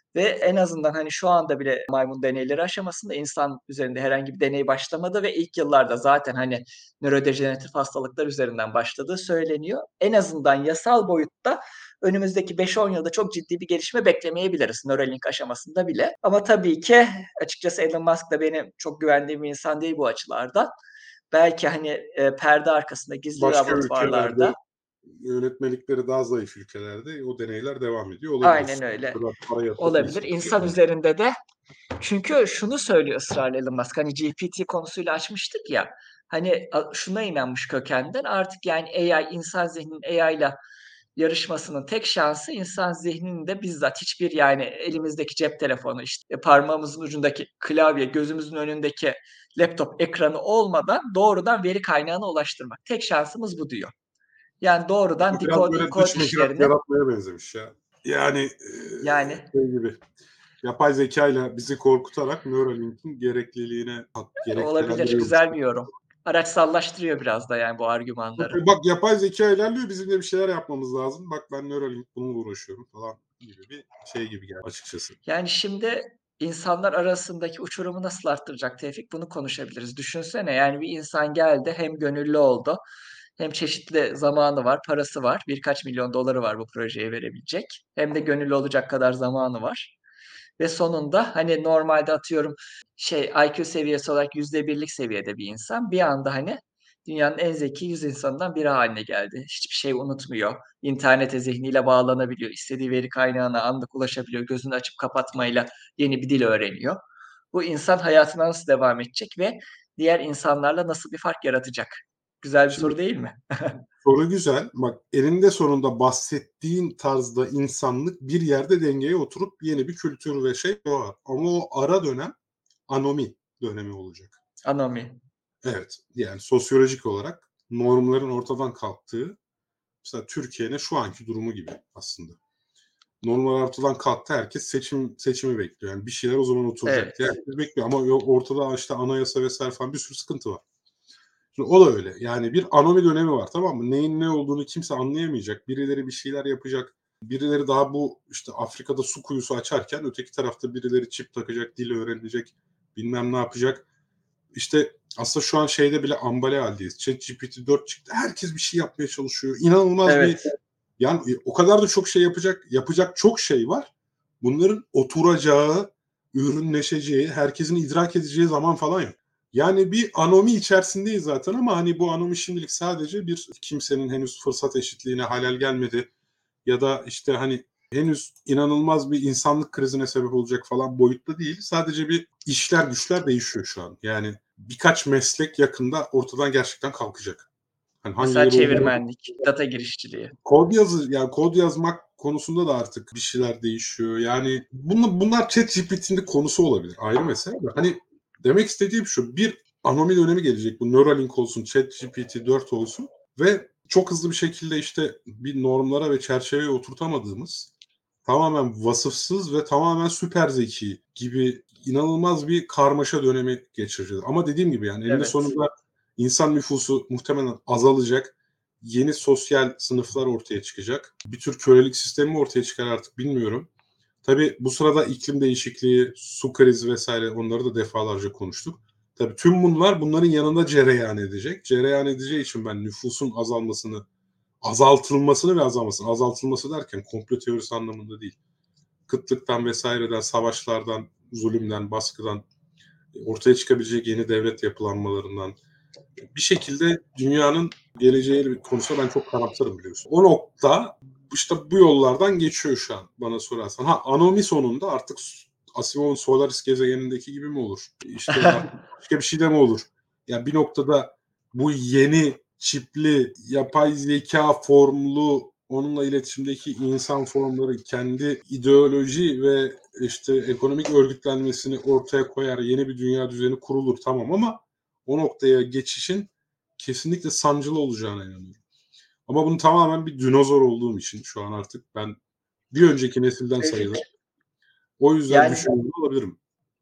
[SPEAKER 2] Ve en azından, hani, şu anda bile maymun deneyleri aşamasında, insan üzerinde herhangi bir deney başlamadı ve ilk yıllarda zaten, hani, nörodejeneratif hastalıklar üzerinden başladığı söyleniyor. En azından yasal boyutta önümüzdeki beş on yılda çok ciddi bir gelişme beklemeyebiliriz Neuralink aşamasında bile. Ama tabii ki açıkçası Elon Musk da benim çok güvendiğim bir insan değil bu açılardan. Belki, hani, eee, perde arkasında, gizli
[SPEAKER 1] Başka
[SPEAKER 2] laboratuvarlarda.
[SPEAKER 1] ülkelerde, yönetmelikleri daha zayıf ülkelerde o deneyler devam ediyor
[SPEAKER 2] Aynen
[SPEAKER 1] olabilir. O
[SPEAKER 2] öyle.
[SPEAKER 1] kadar para yatırıp
[SPEAKER 2] Olabilir.
[SPEAKER 1] insanları
[SPEAKER 2] İnsan üzerinde de. Çünkü şunu söylüyor ısrarla Elon Musk, hani G P T konusuyla açmıştık ya, hani, a şuna inanmış kökenden, artık yani A I, insan zihninin A I'la yarışmasının tek şansı insan zihninin de bizzat hiçbir, yani elimizdeki cep telefonu, işte, parmağımızın ucundaki klavye, gözümüzün önündeki laptop ekranı olmadan doğrudan veri kaynağına ulaştırmak. Tek şansımız bu diyor. Yani doğrudan
[SPEAKER 1] Bu biraz
[SPEAKER 2] decode,
[SPEAKER 1] böyle
[SPEAKER 2] encode
[SPEAKER 1] dış mihrak
[SPEAKER 2] işlerini.
[SPEAKER 1] yaratmaya benzemiş ya. Yani, eee,
[SPEAKER 2] Yani
[SPEAKER 1] şey gibi, yapay zekâyla bizi korkutarak Neuralink'in gerekliliğine hak
[SPEAKER 2] olabilir,
[SPEAKER 1] gerektirendiriyormuş
[SPEAKER 2] güzel
[SPEAKER 1] gibi.
[SPEAKER 2] bir yorum. Araçsallaştırıyor biraz da yani bu argümanları.
[SPEAKER 1] Bak yapay zekâ ilerliyor, bizim de bir şeyler yapmamız lazım. Bak ben Neuralink bununla uğraşıyorum falan gibi bir şey gibi geldi açıkçası.
[SPEAKER 2] Yani, şimdi insanlar arasındaki uçurumu nasıl arttıracak Tevfik? Bunu konuşabiliriz. Düşünsene, yani, bir insan geldi, hem gönüllü oldu hem çeşitli zamanı var, parası var. Birkaç milyon doları var bu projeye verebilecek. Hem de gönüllü olacak kadar zamanı var ve sonunda, hani, normalde atıyorum, şey, I Q seviyesi olarak yüzde birlik seviyede bir insan bir anda, hani, dünyanın en zeki yüz insanından biri hâline geldi. Hiçbir şey unutmuyor. İnternete zihniyle bağlanabiliyor. İstediği veri kaynağına anlık ulaşabiliyor. Gözünü açıp kapatmayla yeni bir dil öğreniyor. Bu insan hayatına nasıl devam edecek ve diğer insanlarla nasıl bir fark yaratacak? Güzel bir
[SPEAKER 1] Şimdi
[SPEAKER 2] soru değil mi?
[SPEAKER 1] soru güzel. Bak eninde sonunda bahsettiğin tarzda insanlık bir yerde dengeye oturup yeni bir kültür ve şey doğar. Ama o ara dönem anomi dönemi olacak.
[SPEAKER 2] Anomi.
[SPEAKER 1] Evet, yani sosyolojik olarak normların ortadan kalktığı, mesela Türkiye'nin şu anki durumu gibi aslında. Normlar ortadan kalktı, herkes seçim seçimi bekliyor. Yani bir şeyler o zaman oturacak diye
[SPEAKER 2] Evet.
[SPEAKER 1] herkes bekliyor ama yo ortada işte anayasa vesaire falan bir sürü sıkıntı var. Şimdi o da öyle. Yani bir anomi dönemi var, tamam mı? Neyin ne olduğunu kimse anlayamayacak. Birileri bir şeyler yapacak. Birileri daha bu işte Afrika'da su kuyusu açarken öteki tarafta birileri çip takacak, dil öğrenecek, bilmem ne yapacak. İşte aslında şu an şeyde bile ambale haldeyiz. ChatGPT dört çıktı. Herkes bir şey yapmaya çalışıyor. İnanılmaz bir,
[SPEAKER 2] Evet.
[SPEAKER 1] yani o kadar da çok şey yapacak yapacak çok şey var. Bunların oturacağı, ürünleşeceği, herkesin idrak edeceği zaman falan yok. Yani bir anomi içerisindeyiz zaten ama hani bu anomi şimdilik sadece bir kimsenin henüz fırsat eşitliğine halel gelmedi ya da işte hani henüz inanılmaz bir insanlık krizine sebep olacak falan boyutta değil. Sadece bir işler güçler değişiyor şu an. Yani birkaç meslek yakında ortadan gerçekten kalkacak. Hani
[SPEAKER 2] Mesela
[SPEAKER 1] hangileri olduğunu,
[SPEAKER 2] çevirmenlik, data girişçiliği.
[SPEAKER 1] kod yazı yani kod yazmak konusunda da artık bir şeyler değişiyor. Yani bunlar, bunlar ChatGPT'nin konusu olabilir. Ayrı mesele de. Hani demek istediğim şu. Bir anomi dönemi gelecek. Bu Neuralink olsun, ChatGPT dört olsun ve çok hızlı bir şekilde işte bir normlara ve çerçeveye oturtamadığımız, tamamen vasıfsız ve tamamen süper zeki gibi inanılmaz bir karmaşa dönemi geçireceğiz. Ama dediğim gibi yani eninde
[SPEAKER 2] Evet.
[SPEAKER 1] sonunda insan nüfusu muhtemelen azalacak. Yeni sosyal sınıflar ortaya çıkacak. Bir tür kölelik sistemi mi ortaya çıkar artık bilmiyorum. Tabii bu sırada iklim değişikliği, su krizi vesaire onları da defalarca konuştuk. Tabii tüm bunlar bunların yanında cereyan edecek. Cereyan edeceği için ben nüfusun azalmasını, azaltılmasını ve azalmasını, azaltılması derken komplo teorisi anlamında değil. Kıtlıktan vesaireden, savaşlardan, zulümden, baskıdan, ortaya çıkabilecek yeni devlet yapılanmalarından bir şekilde dünyanın geleceği konusunda ben çok karamsarım biliyorsun. O nokta işte bu yollardan geçiyor şu an bana sorarsan. Ha anomi sonunda artık Asimov'un Solaris gezegenindeki gibi mi olur? İşte artık başka bir şey de mi olur? Yani bir noktada bu yeni çipli yapay zeka formlu onunla iletişimdeki insan formları kendi ideoloji ve işte ekonomik örgütlenmesini ortaya koyar, yeni bir dünya düzeni kurulur tamam ama o noktaya geçişin kesinlikle sancılı olacağına inanıyorum. Ama bunu tamamen bir dinozor olduğum için şu an artık ben bir önceki nesilden sayılır.
[SPEAKER 2] Tevfik,
[SPEAKER 1] O yüzden
[SPEAKER 2] yani
[SPEAKER 1] düşünüyor olabilirim.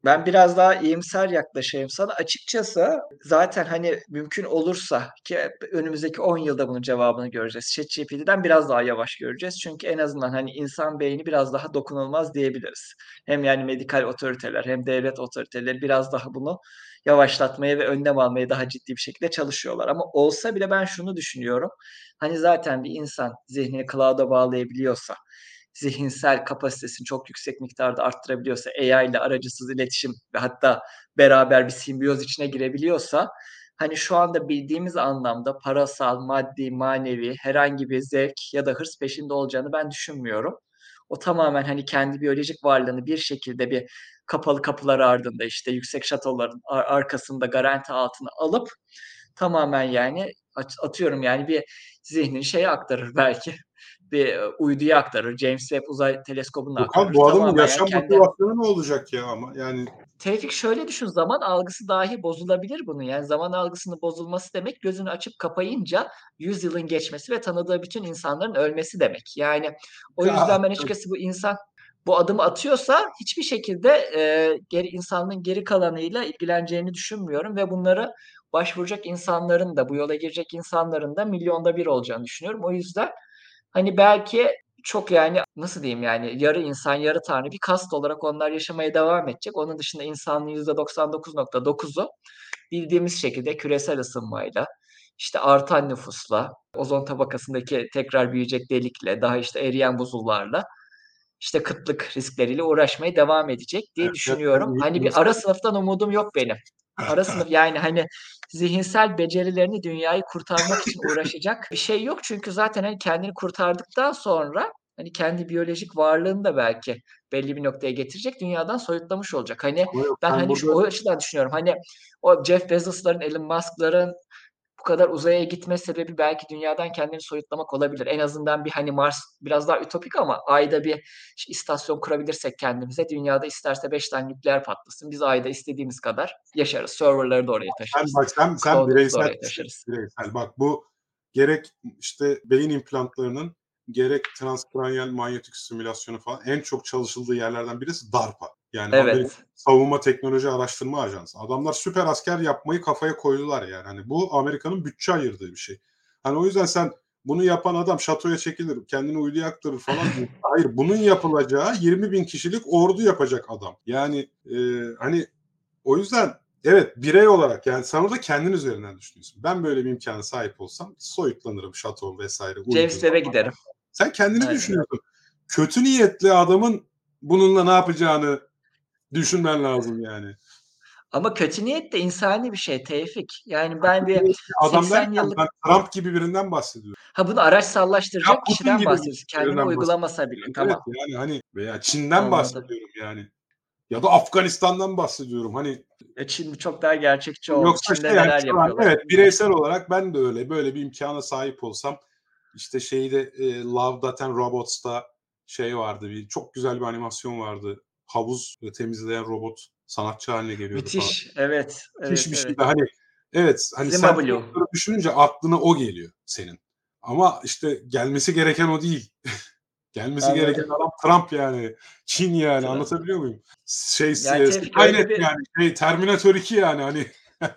[SPEAKER 2] Ben biraz daha iyimser yaklaşayım sana. Açıkçası zaten, hani, mümkün olursa ki önümüzdeki on yılda bunun cevabını göreceğiz. ChatGPT'den biraz daha yavaş göreceğiz. Çünkü en azından, hani, insan beyni biraz daha dokunulmaz diyebiliriz. Hem, yani, medikal otoriteler hem devlet otoriteleri biraz daha bunu yavaşlatmaya ve önlem almaya daha ciddi bir şekilde çalışıyorlar. Ama olsa bile ben şunu düşünüyorum, hani, zaten bir insan zihnini cloud'a bağlayabiliyorsa, zihinsel kapasitesini çok yüksek miktarda arttırabiliyorsa, A I ile aracısız iletişim ve hatta beraber bir simbiyoz içine girebiliyorsa, hani, şu anda bildiğimiz anlamda parasal, maddi, manevi herhangi bir zevk ya da hırs peşinde olacağını ben düşünmüyorum. O tamamen, hani, kendi biyolojik varlığını bir şekilde bir kapalı kapılar ardında, işte, yüksek şatoların ar arkasında garanti altına alıp tamamen, yani, at atıyorum, yani, bir zihnini şeye aktarır belki, bir, eee, uyduya aktarır. James Webb Uzay Teleskobu'na
[SPEAKER 1] Yok abi,
[SPEAKER 2] aktarır.
[SPEAKER 1] bu adamın
[SPEAKER 2] Tamamen, yani,
[SPEAKER 1] yaşam
[SPEAKER 2] kendi
[SPEAKER 1] motivasyonu ne olacak ya ama? Yani
[SPEAKER 2] Tevfik şöyle düşün, zaman algısı dahi bozulabilir bunun. Yani, zaman algısının bozulması demek, gözünü açıp kapayınca yüz yılın geçmesi ve tanıdığı bütün insanların ölmesi demek. Yani, o yüzden ben açıkçası bu insan bu adımı atıyorsa hiçbir şekilde, eee, geri insanlığın geri kalanıyla ilgileneceğini düşünmüyorum ve bunlara başvuracak insanların da, bu yola girecek insanların da milyonda bir olacağını düşünüyorum. O yüzden, hani, belki çok, yani, nasıl diyeyim, yani, yarı insan, yarı tanrı bir kast olarak onlar yaşamaya devam edecek. Onun dışında insanlığın yüzde doksan dokuz nokta dokuzu bildiğimiz şekilde küresel ısınmayla, işte, artan nüfusla, ozon tabakasındaki tekrar büyüyecek delikle, daha, işte, eriyen buzullarla, işte, kıtlık riskleriyle uğraşmaya devam edecek diye
[SPEAKER 1] evet,
[SPEAKER 2] düşünüyorum.
[SPEAKER 1] yani
[SPEAKER 2] Hani, bir ara
[SPEAKER 1] insan
[SPEAKER 2] sınıftan umudum yok benim. Ara sınıf, yani, hani, zihinsel becerilerini dünyayı kurtarmak için uğraşacak bir şey yok. Çünkü zaten, hani, kendini kurtardıktan sonra, hani, kendi biyolojik varlığını da belki belli bir noktaya getirecek, dünyadan soyutlamış olacak. Hani,
[SPEAKER 1] ama yok
[SPEAKER 2] ben,
[SPEAKER 1] sen
[SPEAKER 2] hani, şu
[SPEAKER 1] burada
[SPEAKER 2] o açıdan düşünüyorum. Hani, o Jeff Bezos'ların, Elon Musk'ların bu kadar uzaya gitme sebebi belki dünyadan kendini soyutlamak olabilir. En azından bir, hani, Mars biraz daha ütopik ama Ay'da bir ş istasyon kurabilirsek kendimize, dünyada isterse beş tane nükleer patlasın, biz Ay'da istediğimiz kadar yaşarız. Server'ları da oraya
[SPEAKER 1] sen
[SPEAKER 2] taşırız.
[SPEAKER 1] bak sen sen
[SPEAKER 2] Cloud'umuzu da
[SPEAKER 1] bireysel
[SPEAKER 2] oraya
[SPEAKER 1] düşün,
[SPEAKER 2] taşırız.
[SPEAKER 1] bireysel. Bak bu gerek işte beyin implantlarının gerek transkranyal manyetik stimülasyonu falan en çok çalışıldığı yerlerden birisi DARPA. Yani Amerika
[SPEAKER 2] Evet,
[SPEAKER 1] Savunma Teknoloji Araştırma Ajansı. Adamlar süper asker yapmayı kafaya koydular yani. Hani bu Amerika'nın bütçe ayırdığı bir şey. Hani o yüzden sen bunu yapan adam şatoya çekilir, kendini uyduya aktarır falan diyor. Hayır, bunun yapılacağı yirmi bin kişilik ordu yapacak adam. Yani e, hani o yüzden evet, birey olarak yani sen orada kendin üzerinden düşünüyorsun. Ben böyle bir imkâna sahip olsam soyutlanırım, şato vesaire uydu.
[SPEAKER 2] James Webb'e giderim.
[SPEAKER 1] Sen kendini
[SPEAKER 2] Aynen.
[SPEAKER 1] düşünüyorsun. Kötü niyetli adamın bununla ne yapacağını düşünmen lazım yani.
[SPEAKER 2] Ama kötü niyet de insani bir şey Tevfik. Yani ben
[SPEAKER 1] Kötü
[SPEAKER 2] bir
[SPEAKER 1] niyetli adam
[SPEAKER 2] seksen
[SPEAKER 1] derken
[SPEAKER 2] yıllık
[SPEAKER 1] ben Trump gibi birinden bahsediyorum.
[SPEAKER 2] Ha, bunu
[SPEAKER 1] Ya
[SPEAKER 2] araçsallaştıracak
[SPEAKER 1] Putin
[SPEAKER 2] kişiden
[SPEAKER 1] gibi
[SPEAKER 2] bahsediyorsun. Kendini
[SPEAKER 1] birinden bahsediyorum.
[SPEAKER 2] uygulamasa bile.
[SPEAKER 1] Evet,
[SPEAKER 2] Tamam,
[SPEAKER 1] yani hani veya Çin'den
[SPEAKER 2] anladım.
[SPEAKER 1] bahsediyorum yani. Ya da Afganistan'dan bahsediyorum. Hani
[SPEAKER 2] E, Çin çok daha gerçekçi oldu.
[SPEAKER 1] yoksa
[SPEAKER 2] Çin'de
[SPEAKER 1] şey yani
[SPEAKER 2] neler
[SPEAKER 1] şu an
[SPEAKER 2] yapıyorlar
[SPEAKER 1] evet
[SPEAKER 2] kim bilir.
[SPEAKER 1] bireysel olarak ben de öyle böyle bir imkâna sahip olsam işte şeyde e, Love, Death and Robots'ta şey vardı bir çok güzel bir animasyon vardı. Havuz temizleyen robot sanatçı haline geliyordu falan.
[SPEAKER 2] Müthiş. Evet,
[SPEAKER 1] Müthiş
[SPEAKER 2] evet,
[SPEAKER 1] bir
[SPEAKER 2] evet.
[SPEAKER 1] şeydi. Hani evet hani sen
[SPEAKER 2] Climabue.
[SPEAKER 1] bunları düşününce aklına o geliyor senin. Ama işte gelmesi gereken o değil. Gelmesi gereken
[SPEAKER 2] Anladım.
[SPEAKER 1] adam Trump yani. Çin yani
[SPEAKER 2] Tra
[SPEAKER 1] anlatabiliyor muyum? Şey,
[SPEAKER 2] Yani
[SPEAKER 1] s
[SPEAKER 2] Tevfik öyle
[SPEAKER 1] Skynet
[SPEAKER 2] bir
[SPEAKER 1] yani şey Terminator iki yani hani.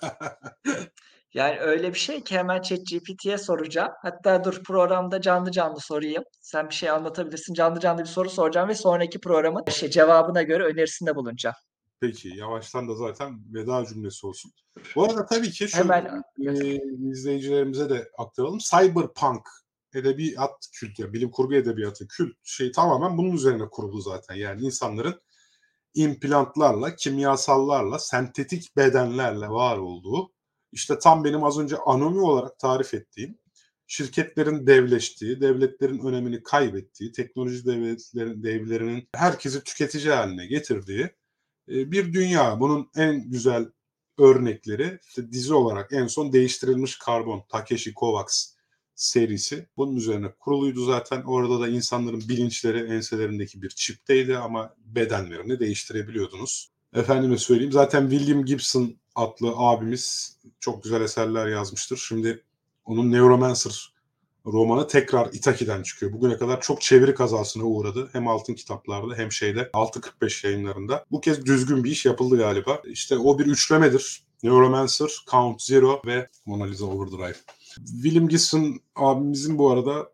[SPEAKER 2] yani öyle bir şey ki hemen ChatGPT'ye soracağım. Hatta dur programda canlı canlı sorayım. Sen bir şey anlatabilirsin. Canlı canlı bir soru soracağım ve sonraki programın şey cevabına göre önerisinde bulunacağım.
[SPEAKER 1] Peki, yavaştan da zaten veda cümlesi olsun. Bu arada tabii ki şu,
[SPEAKER 2] Hemen gönder.
[SPEAKER 1] eee, izleyicilerimize de aktaralım. Cyberpunk edebiyat kültü, ya bilim kurgu edebiyatı kült şey tamamen bunun üzerine kurulu zaten. Yani insanların implantlarla, kimyasallarla, sentetik bedenlerle var olduğu, işte tam benim az önce anomi olarak tarif ettiğim, şirketlerin devleştiği, devletlerin önemini kaybettiği, teknoloji devletlerin devlerinin herkesi tüketici haline getirdiği e, bir dünya. Bunun en güzel örnekleri işte dizi olarak en son Değiştirilmiş Karbon, Takeshi Kovacs serisi. Bunun üzerine kuruluydu zaten. Orada da insanların bilinçleri enselerindeki bir çipteydi ama bedenlerini değiştirebiliyordunuz. Efendime söyleyeyim zaten William Gibson adlı abimiz çok güzel eserler yazmıştır. Şimdi onun Neuromancer romanı tekrar Itaki'den çıkıyor. Bugüne kadar çok çeviri kazasına uğradı. Hem Altın Kitaplar'da hem şeyde altı kırk beş yayınlarında. Bu kez düzgün bir iş yapıldı galiba. İşte o bir üçlemedir. Neuromancer, Count Zero ve Mona Lisa Overdrive. William Gibson abimizin bu arada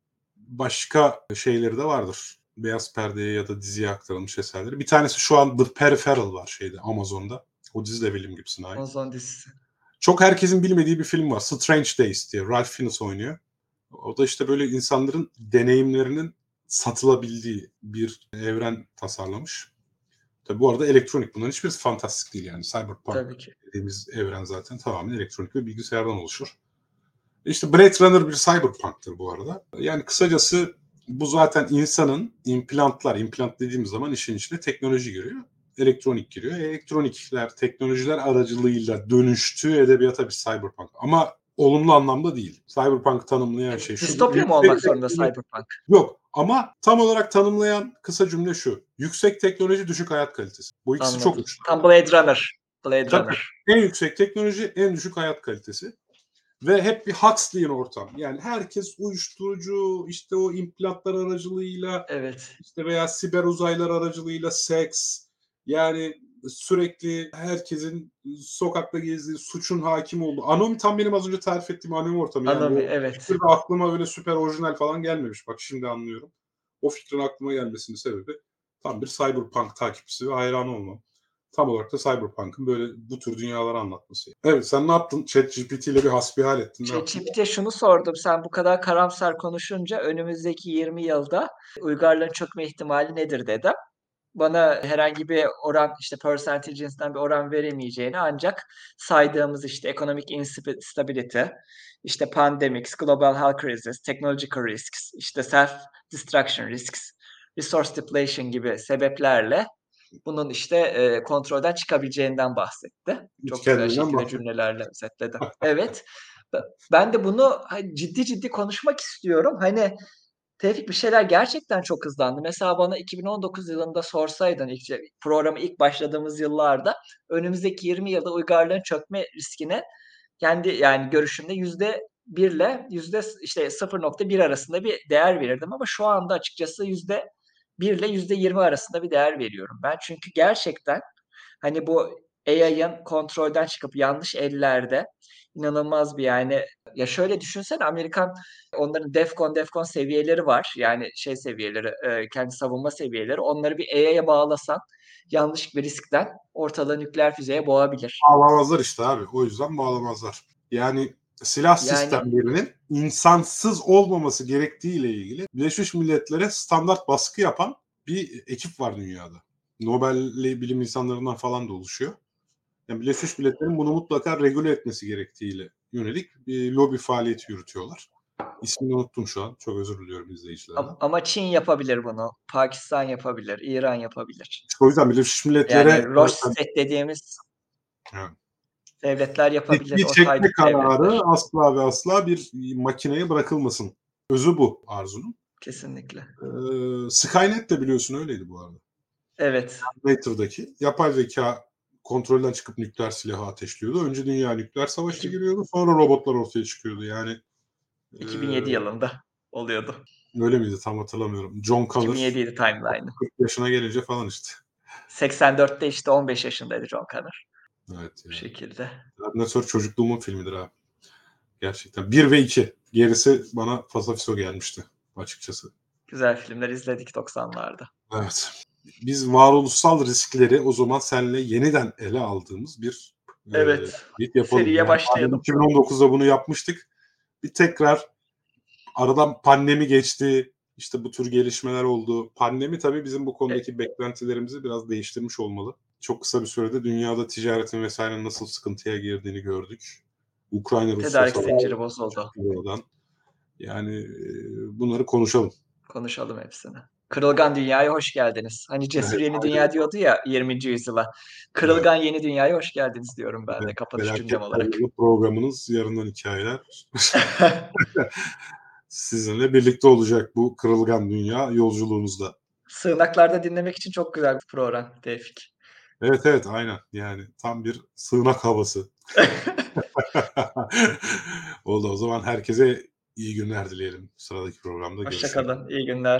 [SPEAKER 1] başka şeyleri de vardır. Beyaz perdeye ya da diziye aktarılmış eserleri. Bir tanesi şu an The Peripheral var şeyde Amazon'da. O dizi de William Gibson'a ait.
[SPEAKER 2] Amazon dizisi.
[SPEAKER 1] Çok herkesin bilmediği bir film var. Strange Days diye. Ralph Fiennes oynuyor. O da işte böyle insanların deneyimlerinin satılabildiği bir evren tasarlamış. Tabi bu arada elektronik. Bunların hiçbirisi fantastik değil yani. Cyberpunk
[SPEAKER 2] Tabii ki.
[SPEAKER 1] dediğimiz evren zaten tamamen elektronik ve bilgisayardan oluşur. İşte Blade Runner bir cyberpunk'tır bu arada. Yani kısacası bu zaten insanın implantlar, implant dediğimiz zaman işin içine teknoloji giriyor. Elektronik giriyor. Elektronikler, teknolojiler aracılığıyla dönüştüğü edebiyata bir cyberpunk. Ama olumlu anlamda değil. Cyberpunk tanımlayan şey
[SPEAKER 2] E,
[SPEAKER 1] şu.
[SPEAKER 2] distopya mı olmak zorunda Cyberpunk?
[SPEAKER 1] Yok ama tam olarak tanımlayan kısa cümle şu. Yüksek teknoloji, düşük hayat kalitesi. Bu ikisi çok
[SPEAKER 2] Anladım.
[SPEAKER 1] uçlu.
[SPEAKER 2] Tam Blade Runner. Blade
[SPEAKER 1] Tabii.
[SPEAKER 2] Runner.
[SPEAKER 1] En yüksek teknoloji, en düşük hayat kalitesi. Ve hep bir Huxley'in ortam. Yani herkes uyuşturucu, işte o implantlar aracılığıyla,
[SPEAKER 2] Evet.
[SPEAKER 1] işte veya siber uzaylar aracılığıyla seks, yani sürekli herkesin sokakta gezdiği, suçun hakim olduğu. Anomi tam benim az önce tarif ettiğim anomi ortamı. Yani
[SPEAKER 2] Anomi,
[SPEAKER 1] o
[SPEAKER 2] evet.
[SPEAKER 1] fikir de aklıma öyle süper orijinal falan gelmemiş. Bak şimdi anlıyorum. O fikrin aklıma gelmesinin sebebi tam bir cyberpunk takipçisi ve hayranı olmam. Tam olarak da Cyberpunk'ın böyle bu tür dünyaları anlatması. Evet, sen ne yaptın? ChatGPT ile bir hasbihal ettin. Ne yaptın?
[SPEAKER 2] ChatGPT'ye şunu sordum. Sen bu kadar karamsar konuşunca önümüzdeki yirmi yılda uygarlığın çökme ihtimali nedir dedim. Bana herhangi bir oran, işte percentile cinsinden bir oran veremeyeceğini ancak saydığımız işte economic instability, işte pandemics, global health crisis, technological risks, işte self destruction risks, resource depletion gibi sebeplerle bunun işte, eee, kontrolden çıkabileceğinden bahsetti.
[SPEAKER 1] Hiç
[SPEAKER 2] Çok güzel
[SPEAKER 1] kendinden
[SPEAKER 2] şekilde
[SPEAKER 1] bahset.
[SPEAKER 2] cümlelerle özetledi. Evet, be ben de bunu, hani, ciddi ciddi konuşmak istiyorum. Hani, Tevfik, bir şeyler gerçekten çok hızlandı. Mesela bana iki bin on dokuz yılında sorsaydın, ilk ce programa ilk başladığımız yıllarda önümüzdeki yirmi yılda uygarlığın çökme riskine kendi, yani, görüşümde yüzde bir ile yüzde s işte sıfır nokta bir arasında bir değer verirdim ama şu anda açıkçası yüzde bir ile yüzde yirmi arasında bir değer veriyorum ben. Çünkü gerçekten, hani, bu A I'ın kontrolden çıkıp yanlış ellerde inanılmaz bir, yani, ya, şöyle düşünsene, Amerikan onların DEFCON DEFCON seviyeleri var. Yani şey seviyeleri, eee, kendi savunma seviyeleri. Onları bir A I'ya bağlasan yanlış bir riskten ortalığı nükleer füzeye boğabilir.
[SPEAKER 1] Bağlamazlar işte abi. O yüzden bağlamazlar. Yani silah
[SPEAKER 2] Yani
[SPEAKER 1] sistemlerinin insansız olmaması gerektiğiyle ilgili Birleşmiş Milletler'e standart baskı yapan bir ekip var dünyada. Nobel'li bilim insanlarından falan da oluşuyor. Yani Birleşmiş Milletler'in bunu mutlaka regüle etmesi gerektiğiyle yönelik bir lobi faaliyeti yürütüyorlar. İsmini unuttum şu an. Çok özür diliyorum izleyicilerden.
[SPEAKER 2] am ama Çin yapabilir bunu, Pakistan yapabilir, İran yapabilir.
[SPEAKER 1] İşte o yüzden Birleşmiş
[SPEAKER 2] Yani
[SPEAKER 1] Milletler'e zaten
[SPEAKER 2] Rochsted dediğimiz
[SPEAKER 1] evet,
[SPEAKER 2] devletler yapabilir,
[SPEAKER 1] tetiği
[SPEAKER 2] o
[SPEAKER 1] çekme
[SPEAKER 2] saydığım
[SPEAKER 1] kararı
[SPEAKER 2] devletler.
[SPEAKER 1] asla ve asla bir makineye bırakılmasın. Özü bu arzunun.
[SPEAKER 2] Kesinlikle.
[SPEAKER 1] Ee, Skynet de biliyorsun öyleydi bu arada.
[SPEAKER 2] Evet,
[SPEAKER 1] Terminator'daki yapay zeka kontrolden çıkıp nükleer silahı ateşliyordu. Önce dünya nükleer savaşa
[SPEAKER 2] iki
[SPEAKER 1] giriyordu. Sonra robotlar ortaya çıkıyordu. Yani e,
[SPEAKER 2] iki bin yedi yılında oluyordu.
[SPEAKER 1] öyle miydi tam hatırlamıyorum. John Connor
[SPEAKER 2] iki bin yediydi timeline'ı.
[SPEAKER 1] kırk yaşına gelince falan işte.
[SPEAKER 2] seksen dörtte işte on beş yaşındaydı John Connor.
[SPEAKER 1] Evet
[SPEAKER 2] Bu
[SPEAKER 1] ya.
[SPEAKER 2] şekilde.
[SPEAKER 1] Terminator çocukluğumun filmidir abi. Gerçekten. Bir ve iki. Gerisi bana fasafiso gelmişti açıkçası.
[SPEAKER 2] Güzel filmler izledik doksanlarda.
[SPEAKER 1] Evet. Biz varoluşsal riskleri o zaman seninle yeniden ele aldığımız bir eee
[SPEAKER 2] Evet,
[SPEAKER 1] bit yapalım.
[SPEAKER 2] seriye
[SPEAKER 1] Yani madem
[SPEAKER 2] başlayalım.
[SPEAKER 1] iki bin on dokuzda bunu yapmıştık, bir tekrar aradan pandemi geçti, işte bu tür gelişmeler oldu. Pandemi tabii bizim bu
[SPEAKER 2] E
[SPEAKER 1] konudaki beklentilerimizi biraz değiştirmiş olmalı. Çok kısa bir sürede dünyada ticaretin vesairenin nasıl sıkıntıya girdiğini gördük. Ukrayna-Rusya
[SPEAKER 2] tedarik
[SPEAKER 1] savaşı
[SPEAKER 2] zinciri bozuldu.
[SPEAKER 1] oradan. Yani eee, bunları konuşalım.
[SPEAKER 2] Konuşalım hepsini. Kırılgan Dünya'ya hoş geldiniz. Hani Cesur
[SPEAKER 1] Evet,
[SPEAKER 2] Yeni
[SPEAKER 1] aynen.
[SPEAKER 2] Dünya diyordu ya yirminci yüzyıla.
[SPEAKER 1] Evet.
[SPEAKER 2] Kırılgan Yeni Dünya'ya hoş geldiniz diyorum ben
[SPEAKER 1] Evet,
[SPEAKER 2] de kapanış cümlem
[SPEAKER 1] felaket
[SPEAKER 2] olarak.
[SPEAKER 1] terörü programınız yarından hikayeler. Sizinle birlikte olacak bu kırılgan dünya yolculuğunuzda.
[SPEAKER 2] Sığınaklarda dinlemek için çok güzel bir program Tevfik.
[SPEAKER 1] Evet, evet, aynen. Yani tam bir sığınak havası. Oldu o zaman herkese İyi günler dileyelim. Sıradaki programda
[SPEAKER 2] Hoşça
[SPEAKER 1] görüşmek
[SPEAKER 2] kalın, iyi günler.